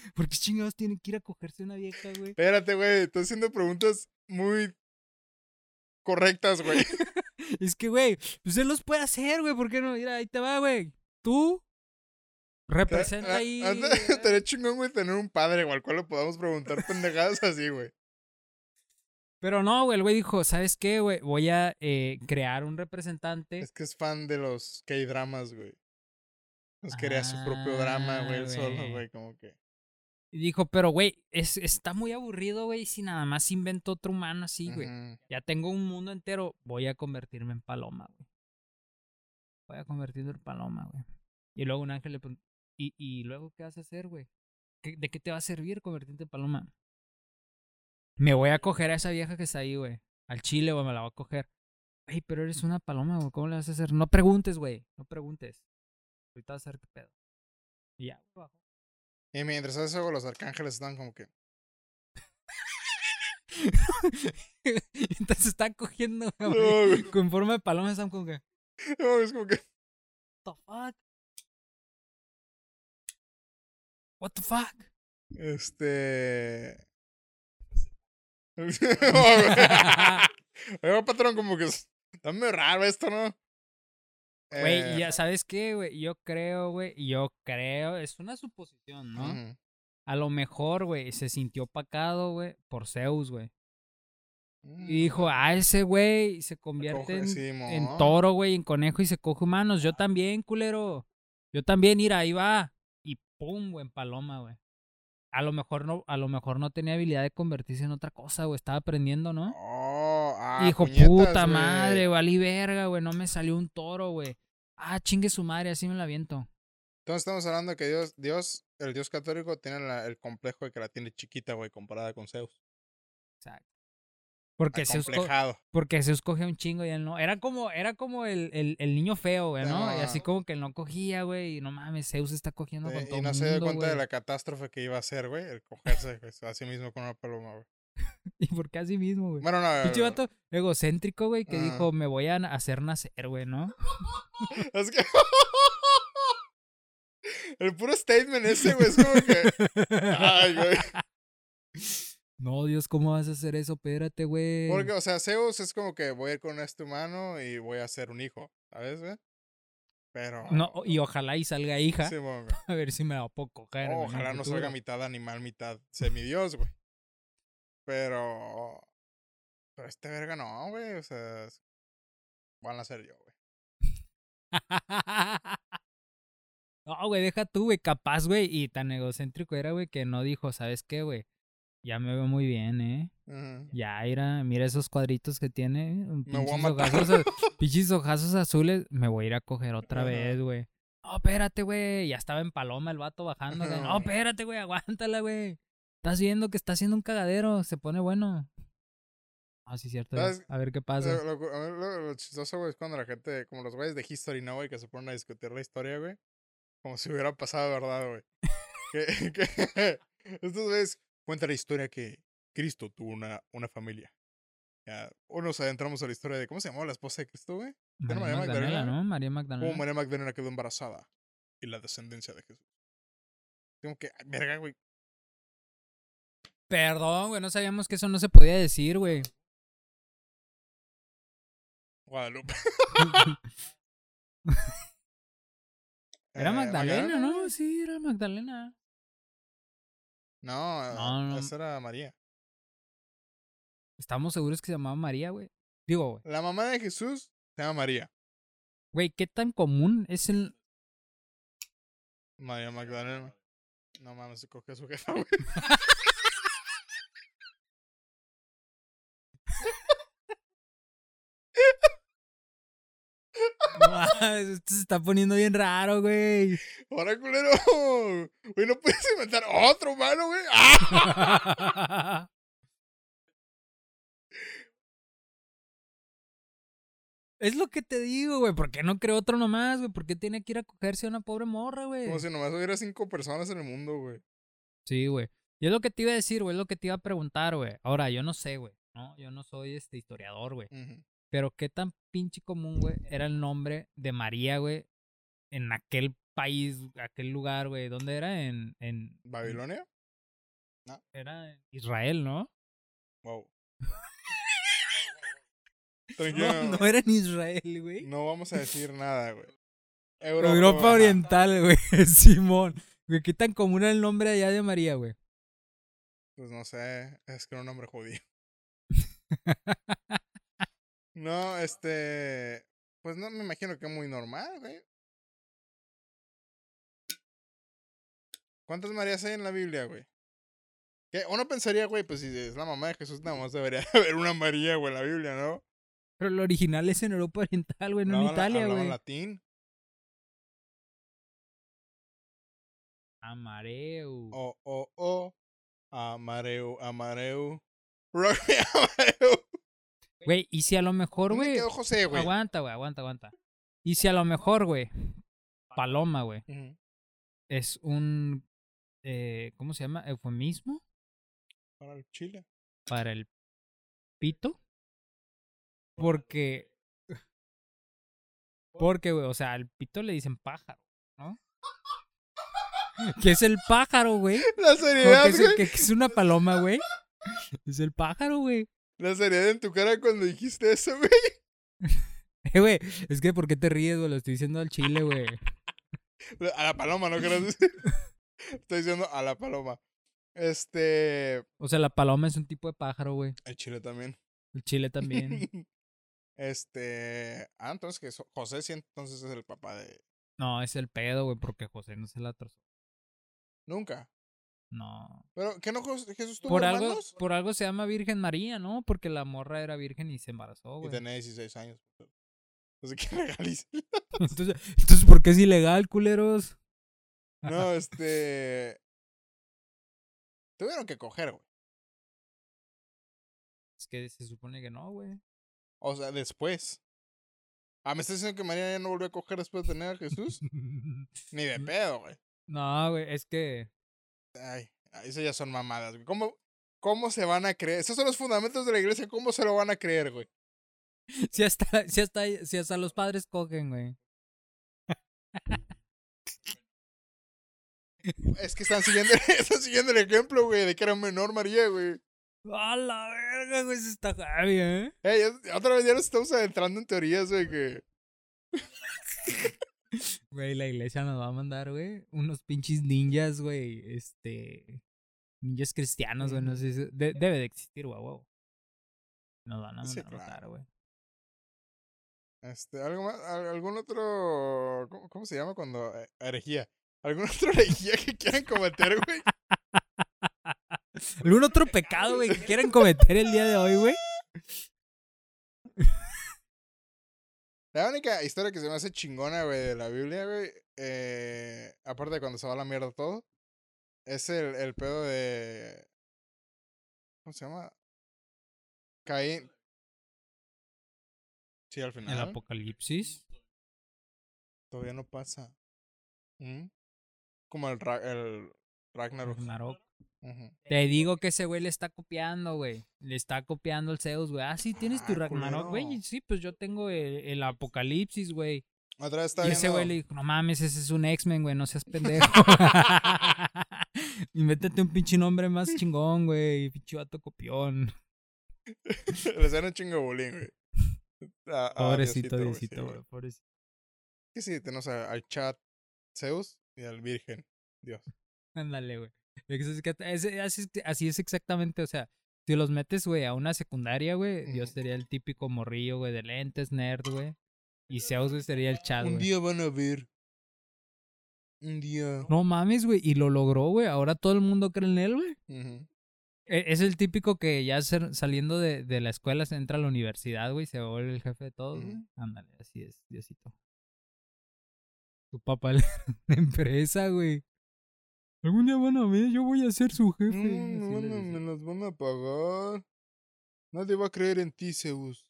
¿Por qué chingados tienen que ir a cogerse una vieja, güey? Espérate, güey. Estoy haciendo preguntas muy correctas, güey. Es que, güey, pues él los puede hacer, güey. ¿Por qué no? Mira, ahí te va, güey. Tú representa ahí. Estaría chingón, güey, tener un padre, güey, al cual le podamos preguntar pendejadas así, güey. Pero no, güey, el güey dijo, ¿sabes qué, güey? Voy a crear un representante. Es que es fan de los K-dramas, güey. Nos quería su propio drama, güey, él solo, güey, como que. Y dijo, pero, güey, está muy aburrido, güey, si nada más invento otro humano así, güey. Ya tengo un mundo entero, voy a convertirme en paloma, güey. Voy a convertirme en paloma, güey. Y luego un ángel le preguntó, ¿y luego qué vas a hacer, güey? ¿De qué te va a servir convertirte en paloma? Me voy a coger a esa vieja que está ahí, güey. Al chile, güey, me la voy a coger. Güey, pero eres una paloma, güey, ¿cómo le vas a hacer? No preguntes, güey, no preguntes. Ahorita vas a ver qué pedo. Y ya, güey, bajó. Y mientras eso, güey, los arcángeles están como que. Entonces están cogiendo, No, güey, güey. con forma de paloma, están como que, No, es como que. what the fuck? What the fuck? No, güey. Oiga, patrón, como que está medio raro esto, ¿no? Güey, ya sabes qué, güey, yo creo, es una suposición, ¿no? A lo mejor, güey, se sintió opacado, güey, por Zeus, güey. Y dijo, ese güey se convierte en toro, güey, en conejo y se coge humanos. Yo también, culero. Yo también, mira, ahí va. Y pum, güey, en paloma, güey. A lo mejor no tenía habilidad de convertirse en otra cosa, güey. Estaba aprendiendo, ¿no? Y dijo, puñetas, puta güey. madre, valí verga, güey. No me salió un toro, güey. Ah, chingue su madre, así me la aviento. Entonces estamos hablando de que el Dios católico, tiene el complejo de que la tiene chiquita, güey, comparada con Zeus. Exacto. Porque se escoge un chingo y él no. Era como el niño feo, güey, ¿no? Y así como que él no cogía, güey. Y no mames, Zeus está cogiendo con todo el mundo, y no se dio cuenta güey. de la catástrofe que iba a ser, güey, el cogerse a sí mismo con una paloma, güey. ¿Y por qué así mismo, güey? Bueno, no. Pinche vato egocéntrico, güey, que dijo, me voy a hacer nacer, güey, ¿no? Es que... el puro statement ese, güey, es como que... Ay, güey. No, Dios, ¿cómo vas a hacer eso? Espérate, güey. Porque, o sea, Zeus es como que voy a ir con este humano y voy a hacer un hijo, ¿sabes, güey? Pero... No, y ojalá y salga hija. Sí, bueno, a ver si me la puedo coger. Ojalá no salga mitad animal, mitad semidios, güey. Pero este verga no, güey. O sea, van a ser yo, güey. No, güey, deja tú, güey. Capaz, güey. Y tan egocéntrico era, güey, que no dijo, ¿sabes qué, güey? Ya me veo muy bien, ¿eh? Ya, mira esos cuadritos que tiene. Pinches ojazos azules. Me voy a ir a coger otra vez, güey. No, espérate, güey. Ya estaba en paloma el vato bajando. No, espérate, güey. Aguántala, güey. Estás viendo que está haciendo un cagadero. Se pone bueno. Ah, sí, cierto. A ver qué pasa. Lo chistoso, güey, es cuando la gente, como los güeyes de History, ¿no, güey? Que se ponen a discutir la historia, güey. Como si hubiera pasado, ¿verdad, güey? Estos güeyes cuentan la historia que Cristo tuvo una familia. Ya, o nos adentramos a la historia de, ¿cómo se llamaba la esposa de Cristo, güey? María Magdalena, ¿no? María Magdalena. Como María Magdalena quedó embarazada. Y la descendencia de Jesús. Como que, verga, güey. Perdón, güey, no sabíamos que eso no se podía decir, güey. Guadalupe. Era Magdalena, ¿no? Sí, era Magdalena. No, esa era María. Estamos seguros que se llamaba María, güey. Digo, güey. La mamá de Jesús se llama María. Güey, ¿qué tan común es el...? María Magdalena. No mames, se cogió a su jefa, güey. Esto se está poniendo bien raro, güey. Ahora, culero. Güey, no puedes inventar otro humano, güey. ¡Ah! Es lo que te digo, güey. ¿Por qué no creó otro nomás, güey? ¿Por qué tiene que ir a cogerse a una pobre morra, güey? Como si nomás hubiera 5 personas en el mundo, güey. Sí, güey. Y es lo que te iba a decir, güey. Es lo que te iba a preguntar, güey. Ahora, yo no sé, güey. ¿No? Yo no soy historiador, güey. Pero qué tan pinche común, güey, era el nombre de María, güey, en aquel país, aquel lugar, güey. ¿Dónde era? ¿En ¿Babilonia? No. Era Israel, ¿no? Wow. No, Tranquilo. no era en Israel, güey. No vamos a decir nada, güey. Europa ajá. Oriental, güey. Simón. Güey, ¿qué tan común era el nombre allá de María, güey? Pues no sé, es que era un nombre judío. No, pues no me imagino que es muy normal, güey. ¿Cuántas Marías hay en la Biblia, güey? ¿Qué? Uno pensaría, güey, pues si es la mamá de Jesús, nada más debería haber una María, güey, en la Biblia, ¿no? Pero el original es en Europa Oriental, güey, no en Italia, Hablaban güey. latín. Amareu. Amareu. Rock me Amareu. Güey, y si a lo mejor, ¿Dónde güey. quedó José, güey? Aguanta, güey, aguanta. Y si a lo mejor, güey, paloma, güey, es un. ¿Cómo se llama? ¿Eufemismo? Para el Chile. Para el pito. Porque. Porque, güey, o sea, al pito le dicen pájaro, ¿no? ¿Qué es el pájaro, güey? La seriedad, güey. Que es una paloma, güey. Es el pájaro, güey. La seriedad en tu cara cuando dijiste eso, güey. Güey, es que ¿por qué te ríes, güey? Lo estoy diciendo al chile, güey. A la paloma, ¿no quieres decir? Estoy diciendo a la paloma. O sea, la paloma es un tipo de pájaro, güey. El chile también. El chile también. Entonces que José sí entonces es el papá de... No, es el pedo, güey, porque José no se la trozó. Nunca. No. Pero, ¿qué no Jesús tuvo hermanos? Por algo se llama Virgen María, ¿no? Porque la morra era virgen y se embarazó, Y güey. tenía 16 años. Entonces, ¿qué legaliza? Entonces, ¿por qué es ilegal, culeros? No, tuvieron que coger, güey. Es que se supone que no, güey. O sea, después. ¿Me estás diciendo que María ya no volvió a coger después de tener a Jesús? Ni de pedo, güey. No, güey, es que... Ay, eso ya son mamadas, güey. ¿Cómo se van a creer? Esos son los fundamentos de la iglesia. ¿Cómo se lo van a creer, güey? Si hasta los padres cogen, güey. Es que están siguiendo el ejemplo, güey, de que era menor María, güey. A la verga, güey, eso está heavy, ¿eh? Otra vez ya nos estamos adentrando en teorías, güey, que... Güey, la iglesia nos va a mandar, güey, unos pinches ninjas, güey, ninjas cristianos, güey, no sé si... debe de existir, güey, güey. Nos van a Sí, mandar a matar, güey. Algo más, algún otro... ¿Cómo se llama cuando... herejía. ¿Algún otro herejía que quieran cometer, güey? ¿Algún otro pecado, güey, que quieran cometer el día de hoy, güey? La única historia que se me hace chingona, güey, de la Biblia, güey, aparte de cuando se va a la mierda todo, es el pedo de... ¿Cómo se llama? Caín. Sí, al final. El apocalipsis. Todavía no pasa. Como el Ragnarok. Ragnarok. Te digo que ese güey le está copiando, güey. Le está copiando el Zeus, güey. Ah, sí, tienes tu Ragnarok, güey. Sí, pues yo tengo el Apocalipsis, güey. Otra vez está Y ese viendo... güey le dijo, no mames, ese es un X-Men, güey, no seas pendejo. Y métete un pinche nombre más chingón, güey. Pinche vato copión. Le hacen un chingo bullying, güey. Pobrecito, Diosito, güey. Pobrecito. Que sí, tenemos al chat Zeus y al Virgen Dios. Ándale, güey. Así es exactamente, o sea, si los metes, güey, a una secundaria, güey, Dios sería el típico morrillo, güey, de lentes, nerd, güey. Y Zeus, güey, sería el chat, güey. Un día van a ver. Un día. No mames, güey, y lo logró, güey. Ahora todo el mundo cree en él, güey. Es el típico que ya saliendo de la escuela se entra a la universidad, güey, se vuelve el jefe de todos, güey. Ándale, así es, Diosito. Tu papá le una empresa, güey. Algún día van a ver, yo voy a ser su jefe. Me los van a pagar. Nadie va a creer en ti, Zeus.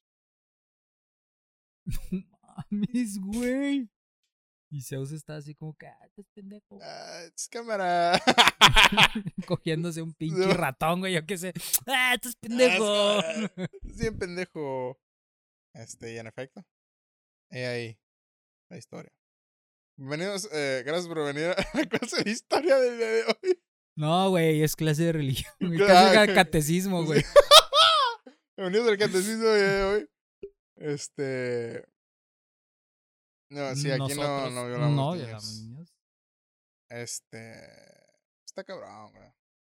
No mames, güey. Y Zeus está así como que, estás pendejo. Es cámara. Cogiéndose un pinche ratón, güey, yo qué sé. Estás pendejo. Bien pendejo. Y en efecto. Ahí la historia. Bienvenidos, gracias por venir a la clase de historia del día de hoy. No, güey, es clase de religión. Güey. Clase de catecismo, güey. Bienvenidos al catecismo de hoy. No, sí, aquí Nosotros no violamos no niños. violamos niños. Está cabrón, güey.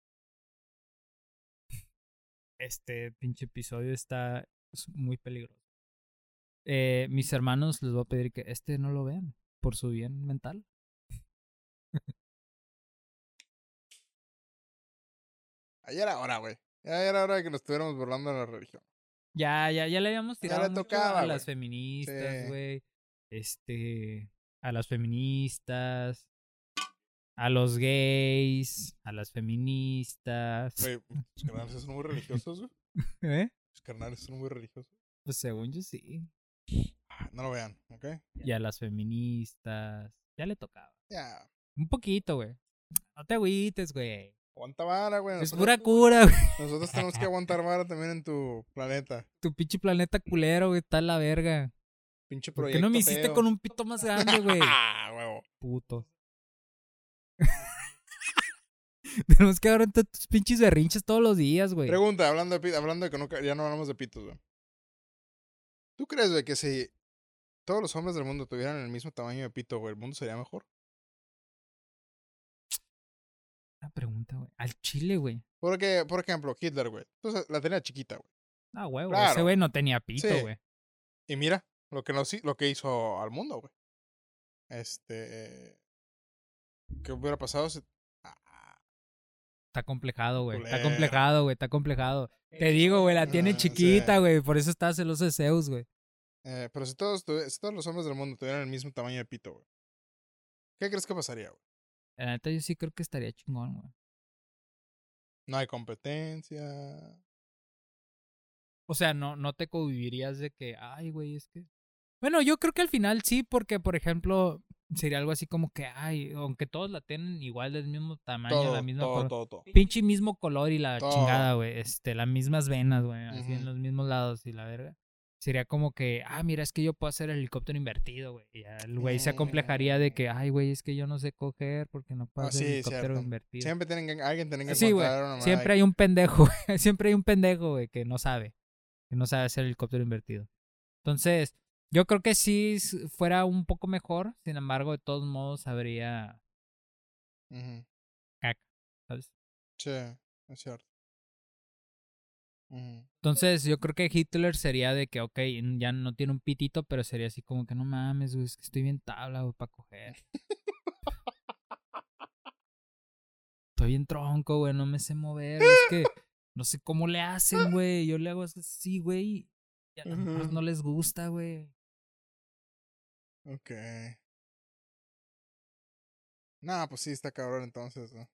Este pinche episodio está muy peligroso. Mis hermanos les voy a pedir que no lo vean por su bien mental. Ya era hora, güey. Ya era hora de que nos estuviéramos burlando de la religión. Ya le habíamos tirado le mucho tocaba, a las güey. feministas, Sí. güey. A las feministas, a los gays, a las feministas. Güey, tus carnales son muy religiosos, güey. ¿Eh? Tus carnales son muy religiosos. Pues según yo sí. No lo vean, ¿ok? Y a las feministas. Ya le tocaba. Ya. Un poquito, güey. No te agüites, güey. Aguanta vara, güey. Es pura cura, güey. Nosotros tenemos que aguantar vara también en tu planeta. Tu pinche planeta culero, güey. Está en la verga. Pinche ¿Por proyecto qué no me hiciste feo. con un pito más grande, güey? Huevo. Puto. Tenemos que agarrar tus pinches berrinches todos los días, güey. Pregunta, hablando de que nunca, ya no hablamos de pitos, güey. ¿Tú crees, güey, que si todos los hombres del mundo tuvieran el mismo tamaño de pito, güey, el mundo sería mejor? Una pregunta, güey. Al chile, güey. Porque, por ejemplo, Hitler, güey. Entonces la tenía chiquita, güey. Ah, güey. Claro. Ese güey no tenía pito, Sí. güey. Y mira lo que hizo al mundo, güey. ¿Qué hubiera pasado si... Está complejado, güey. Está Culero. complejado, güey. Está complejado. Te digo, güey, la tiene chiquita, sí. güey. Por eso está celoso de Zeus, güey. Pero si todos los hombres del mundo tuvieran el mismo tamaño de pito, güey, ¿qué crees que pasaría, güey? La neta, yo sí creo que estaría chingón, güey. No hay competencia. O sea, no te convivirías de que, ay, güey, es que... Bueno, yo creo que al final sí, porque, por ejemplo, sería algo así como que, ay, aunque todos la tienen igual del mismo tamaño, la misma color. Todo. Pinche mismo color y la Todo. chingada, güey. Las mismas venas, güey. Así en Ujú. los mismos lados y la verga. Sería como que, mira, es que yo puedo hacer el helicóptero invertido, güey. Y ya el güey se acomplejaría de que, ay, güey, es que yo no sé coger porque no puedo hacer el Sí, helicóptero cierto. invertido. Siempre alguien tiene que Sí, güey. encontrar una manera Siempre de- hay un pendejo, güey. Siempre hay un pendejo, güey, que no sabe. Que no sabe hacer el helicóptero invertido. Entonces, yo creo que sí fuera un poco mejor. Sin embargo, de todos modos, habría Ujú. caca, ¿sabes? Sí, es cierto. Ujú. Entonces, yo creo que Hitler sería de que, ok, ya no tiene un pitito, pero sería así como que no mames, güey, es que estoy bien tabla, güey, para coger. Estoy bien tronco, güey, no me sé mover. Es que no sé cómo le hacen, güey. Yo le hago así, güey. Y a los demás no les gusta, güey. Ok. Nah, pues sí, está cabrón entonces, ¿no?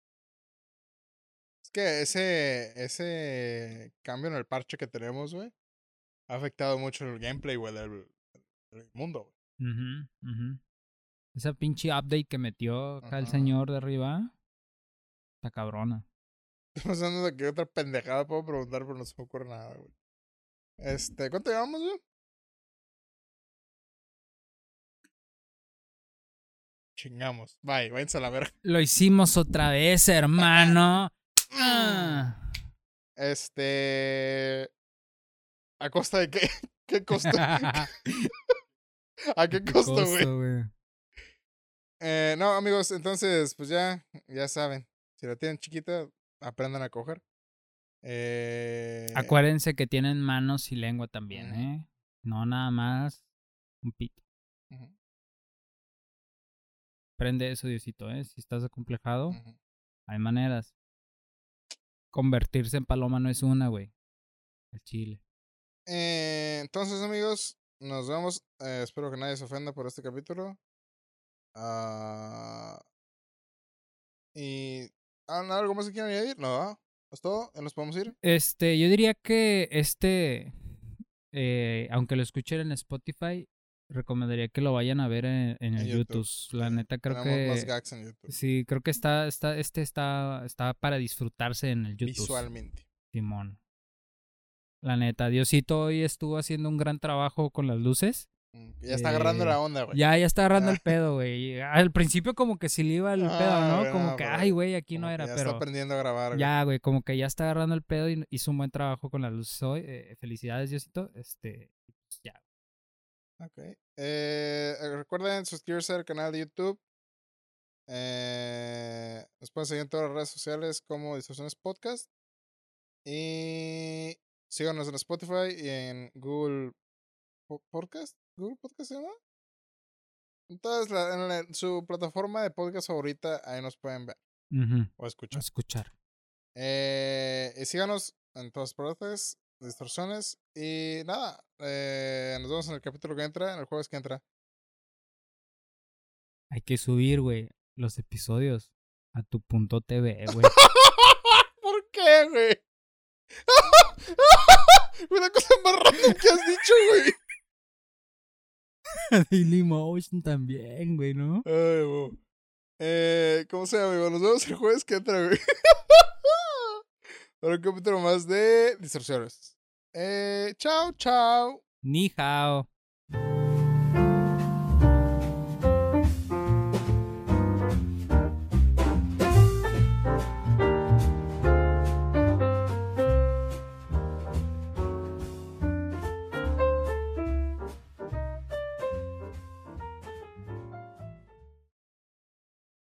Es que ese cambio en el parche que tenemos, güey, ha afectado mucho el gameplay, güey, del mundo, güey. Esa pinche update que metió acá el Ajá. señor de arriba. Está cabrona. Estamos hablando de que otra pendejada puedo preguntar, pero no se me ocurre nada, güey. ¿Cuánto llevamos, güey? Chingamos. Bye, váyanse a la verga. Lo hicimos otra vez, hermano. Ah. ¿A costa de qué? ¿Qué costo? ¿A qué costo, güey? No, amigos, entonces, pues ya saben. Si la tienen chiquita, aprendan a coger. Acuérdense que tienen manos y lengua también, Ujú. ¿eh? No nada más un pito. Ujú, Aprende eso, Diosito, ¿eh? Si estás acomplejado, ujú. hay maneras. Convertirse en paloma no es una, güey. El chile. Entonces, amigos, nos vemos. Espero que nadie se ofenda por este capítulo. Y ¿algo más que quieran añadir? No, ¿es todo? ¿Ya nos podemos ir? Yo diría que aunque lo escuchen en Spotify, recomendaría que lo vayan a ver en el YouTube. La sí. neta creo Tenemos más que gags en YouTube. sí, creo que está para disfrutarse en el YouTube. Visualmente. Simón. La neta, Diosito hoy estuvo haciendo un gran trabajo con las luces. Ya está agarrando la onda, güey. Ya está agarrando el pedo, güey. Al principio como que sí le iba el pedo, ¿no? Güey, Como no, que, pero ay, güey, aquí como no que era, ya pero está aprendiendo a grabar, güey. ya, güey, como que ya está agarrando el pedo y hizo un buen trabajo con las luces hoy. Felicidades, Diosito. Pues ya. Ok. Recuerden suscribirse al canal de YouTube. Nos pueden seguir en todas las redes sociales como Distorsiones Podcast. Y síganos en Spotify y en Google Podcast. ¿Google Podcast se llama? Entonces, en su plataforma de podcast favorita, ahí nos pueden ver o A escuchar. escuchar. Y síganos en todas partes, Distorsiones. Y nada, nos vemos en el capítulo que entra, en el jueves que entra. Hay que subir, güey, los episodios a tu punto TV, güey. ¿Por qué, güey? Una cosa más random que has dicho, güey. Dailymotion también, güey, ¿no? Ay, wow. ¿Cómo se llama, amigo? Nos vemos el jueves que entra, güey. Para un capítulo más de Distorsiones. Chao, chao. Ni hao.